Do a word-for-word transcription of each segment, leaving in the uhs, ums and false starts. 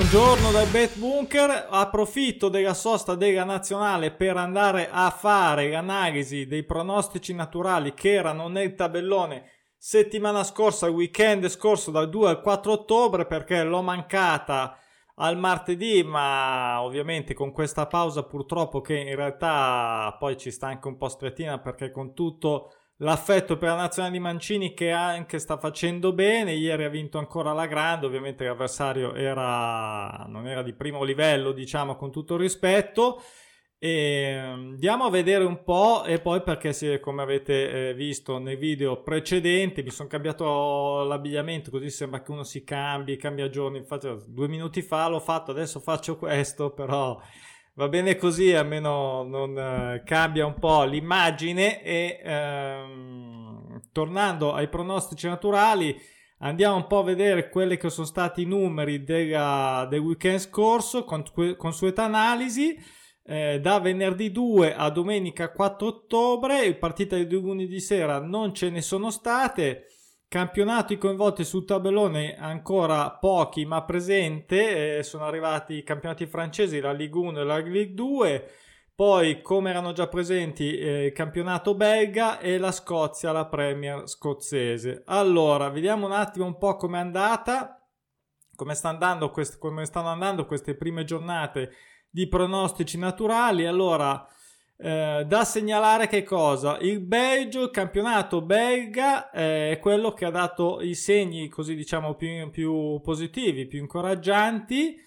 Buongiorno dal Bet Bunker, approfitto della sosta della nazionale per andare a fare l'analisi dei pronostici naturali che erano nel tabellone settimana scorsa, il weekend scorso dal due al quattro ottobre, perché l'ho mancata al martedì, ma ovviamente con questa pausa purtroppo che in realtà poi ci sta anche un po' strettina, perché con tutto l'affetto per la nazionale di Mancini che anche sta facendo bene, ieri ha vinto ancora la grande, ovviamente l'avversario era, non era di primo livello, diciamo, con tutto il rispetto, e andiamo a vedere un po'. E poi, perché se, come avete eh, visto nei video precedenti, mi sono cambiato l'abbigliamento, così sembra che uno si cambi, cambia giorni. Infatti due minuti fa l'ho fatto, adesso faccio questo, però va bene così, almeno non eh, cambia un po' l'immagine. E ehm, tornando ai pronostici naturali, andiamo un po' a vedere quelli che sono stati i numeri della, del weekend scorso con consueta analisi. Eh, da venerdì due a domenica quattro ottobre, partite di lunedì sera non ce ne sono state. Campionati coinvolti sul tabellone ancora pochi ma presente, eh, sono arrivati i campionati francesi, la Ligue uno e la Ligue due, poi come erano già presenti eh, il campionato belga e la Scozia, la Premier scozzese. Allora vediamo un attimo un po' com'è andata, come sta andando quest- come stanno andando queste prime giornate di pronostici naturali. Allora Eh, da segnalare che cosa? Il Belgio, il campionato belga, eh, è quello che ha dato i segni, così diciamo, più, più positivi, più incoraggianti.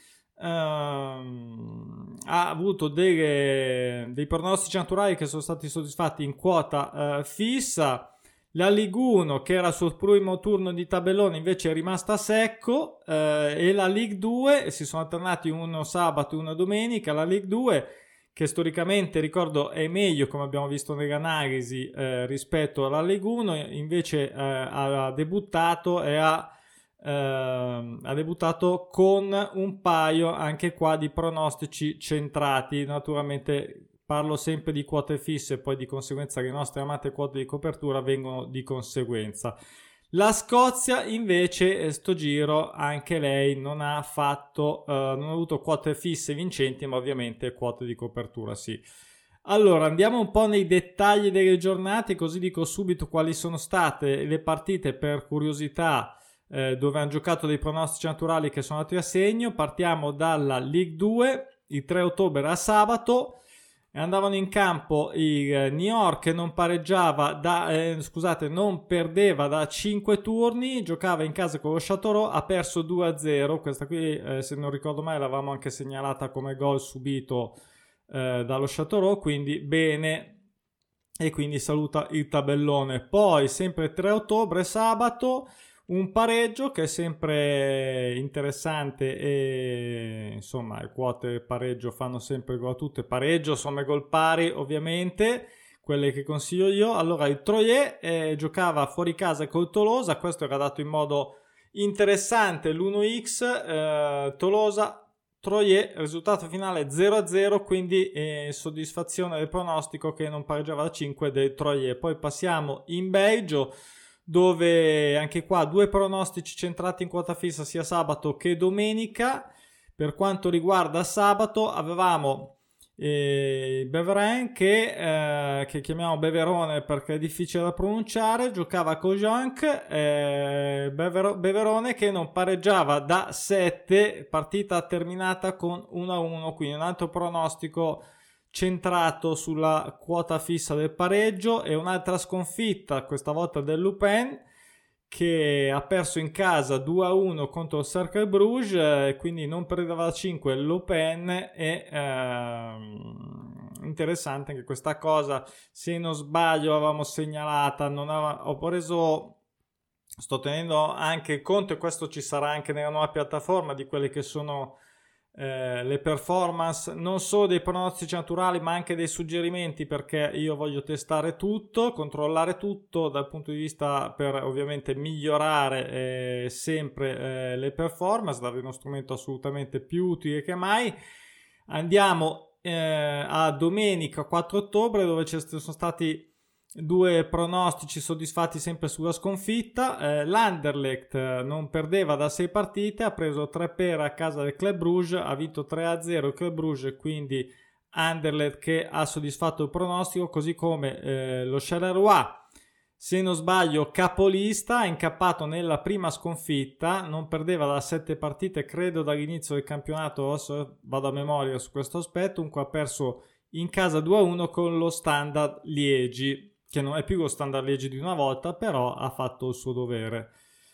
Ehm, ha avuto delle, dei pronostici naturali che sono stati soddisfatti in quota eh, fissa. La Ligue uno, che era il suo primo turno di tabellone, invece è rimasta a secco, eh, e la Ligue due, si sono alternati uno sabato e uno domenica. La Ligue due, che storicamente, ricordo, è meglio, come abbiamo visto nell'analisi, eh, rispetto alla Ligue uno, invece eh, ha debuttato e ha, eh, ha debuttato con un paio anche qua di pronostici centrati. Naturalmente parlo sempre di quote fisse e poi di conseguenza le nostre amate quote di copertura vengono di conseguenza. La Scozia invece sto giro anche lei non ha fatto uh, non ha avuto quote fisse vincenti, ma ovviamente quote di copertura sì. Allora andiamo un po' nei dettagli delle giornate, così dico subito quali sono state le partite per curiosità eh, dove hanno giocato dei pronostici naturali che sono andati a segno. Partiamo dalla Ligue due, il tre ottobre a sabato. Andavano in campo il New York, che non pareggiava da, eh, scusate, non perdeva da cinque turni, giocava in casa con lo Châteauroux, ha perso due a zero. Questa qui, eh, se non ricordo mai, l'avevamo anche segnalata come gol subito eh, dallo Châteauroux, quindi bene, e quindi saluta il tabellone. Poi sempre tre ottobre, sabato, un pareggio che è sempre interessante, e insomma le quote pareggio fanno sempre gol a tutte. Pareggio, somme, gol pari, ovviamente quelle che consiglio io. Allora il Troyes eh, giocava fuori casa col Tolosa, questo era dato in modo interessante, l'uno x, eh, Tolosa Troyes, risultato finale zero a zero, quindi eh, soddisfazione del pronostico che non pareggiava da cinque del Troyes. Poi passiamo in Belgio, dove anche qua due pronostici centrati in quota fissa sia sabato che domenica. Per quanto riguarda sabato avevamo eh, Beveren che, eh, che chiamiamo Beverone perché è difficile da pronunciare, giocava con Jonk, eh, Bever- Beverone che non pareggiava da sette, partita terminata con uno a uno, quindi un altro pronostico centrato sulla quota fissa del pareggio. E un'altra sconfitta, questa volta del Lupin, che ha perso in casa due a uno contro il Cercle Bruges, eh, quindi non perdeva da cinque il Lupin. E ehm, interessante anche questa cosa, se non sbaglio avevamo segnalata, non aveva, ho preso, sto tenendo anche conto, e questo ci sarà anche nella nuova piattaforma, di quelle che sono Eh, le performance non solo dei pronostici naturali ma anche dei suggerimenti, perché io voglio testare tutto, controllare tutto dal punto di vista per ovviamente migliorare eh, sempre eh, le performance, dare uno strumento assolutamente più utile che mai. Andiamo eh, a domenica quattro ottobre, dove ci sono stati due pronostici soddisfatti sempre sulla sconfitta. eh, l'Anderlecht non perdeva da sei partite, ha preso tre per a casa del Club Brugge, ha vinto tre a zero il Club Brugge, quindi Anderlecht che ha soddisfatto il pronostico, così come eh, lo Charleroi, se non sbaglio capolista, ha incappato nella prima sconfitta, non perdeva da sette partite credo dall'inizio del campionato, adesso vado a memoria su questo aspetto, comunque ha perso in casa due a uno con lo Standard Liegi, che non è più lo Standard Liegi di una volta, però ha fatto il suo dovere.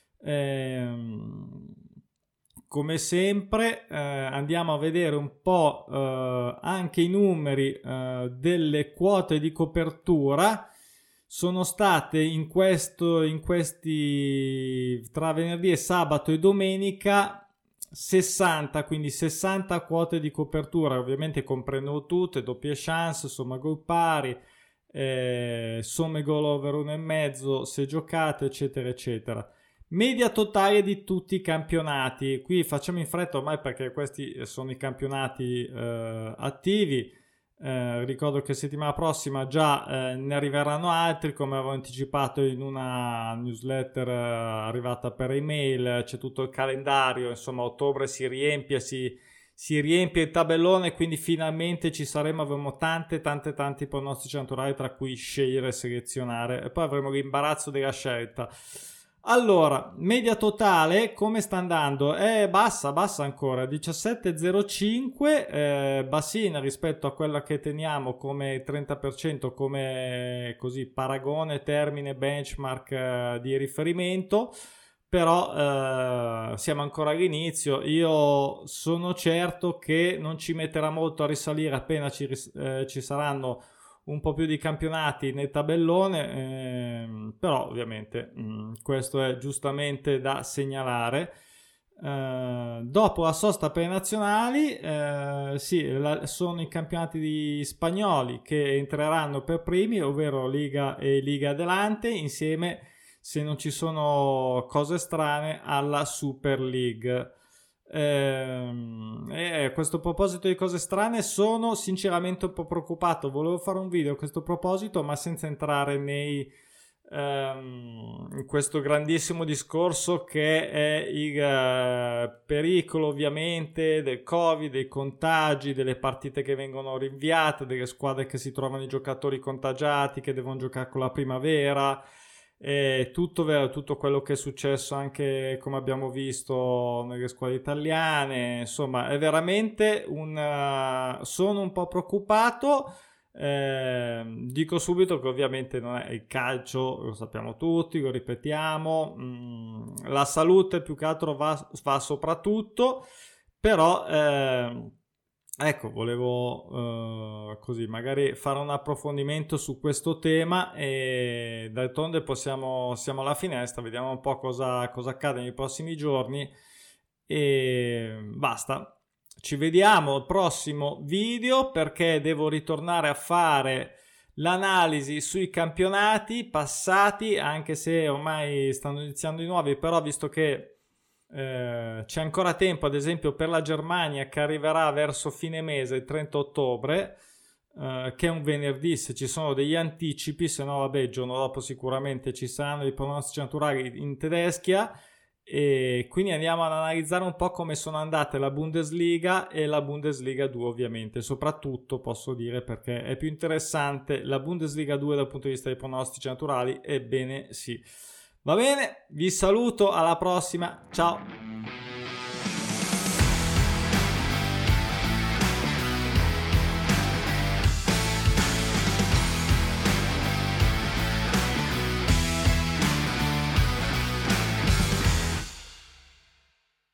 Ehm, come sempre eh, andiamo a vedere un po' eh, anche i numeri eh, delle quote di copertura. Sono state in questo in questi tra venerdì e sabato e domenica sessanta, quindi sessanta quote di copertura, ovviamente comprendono tutte, doppie chance, somma gol pari, eh, somme gol over uno e mezzo se giocate, eccetera eccetera. Media totale di tutti i campionati, qui facciamo in fretta ormai perché questi sono i campionati eh, attivi. Eh, ricordo che settimana prossima già eh, ne arriveranno altri, come avevo anticipato in una newsletter eh, arrivata per email. C'è tutto il calendario, insomma ottobre si riempie, si, si riempie il tabellone, quindi finalmente ci saremo, avremo tante tante tanti pronostici naturali tra cui scegliere e selezionare, e poi avremo l'imbarazzo della scelta. Allora, media totale come sta andando? È bassa, bassa ancora, diciassette virgola zero cinque, eh, bassina rispetto a quella che teniamo come trenta per cento come così paragone, termine, benchmark eh, di riferimento, però eh, siamo ancora all'inizio. Io sono certo che non ci metterà molto a risalire appena ci, eh, ci saranno un po' più di campionati nel tabellone, ehm, però ovviamente mh, questo è giustamente da segnalare. Eh, dopo la sosta per i nazionali, eh, sì, la, sono i campionati di spagnoli che entreranno per primi, ovvero Liga e Liga Adelante, insieme, se non ci sono cose strane, alla Super League. E a questo proposito di cose strane sono sinceramente un po' preoccupato. Volevo fare un video a questo proposito, ma senza entrare nei ehm, in questo grandissimo discorso che è il eh, pericolo ovviamente del Covid, dei contagi, delle partite che vengono rinviate, delle squadre che si trovano i giocatori contagiati, che devono giocare con la primavera. E tutto vero, tutto quello che è successo anche come abbiamo visto nelle squadre italiane, insomma è veramente un uh, sono un po' preoccupato. Eh, dico subito che ovviamente non è il calcio, lo sappiamo tutti, lo ripetiamo, mm, la salute più che altro va, va soprattutto, però eh, ecco, volevo uh, così magari fare un approfondimento su questo tema, e d'altronde possiamo, siamo alla finestra, vediamo un po' cosa, cosa accade nei prossimi giorni e basta. Ci vediamo al prossimo video, perché devo ritornare a fare l'analisi sui campionati passati, anche se ormai stanno iniziando i nuovi, però visto che Eh, c'è ancora tempo, ad esempio per la Germania, che arriverà verso fine mese, il trenta ottobre, eh, che è un venerdì, se ci sono degli anticipi, se no vabbè il giorno dopo sicuramente ci saranno i pronostici naturali in Tedeschia, e quindi andiamo ad analizzare un po' come sono andate la Bundesliga e la Bundesliga due, ovviamente, soprattutto posso dire, perché è più interessante la Bundesliga due dal punto di vista dei pronostici naturali, ebbene sì. Va bene, vi saluto, alla prossima, ciao!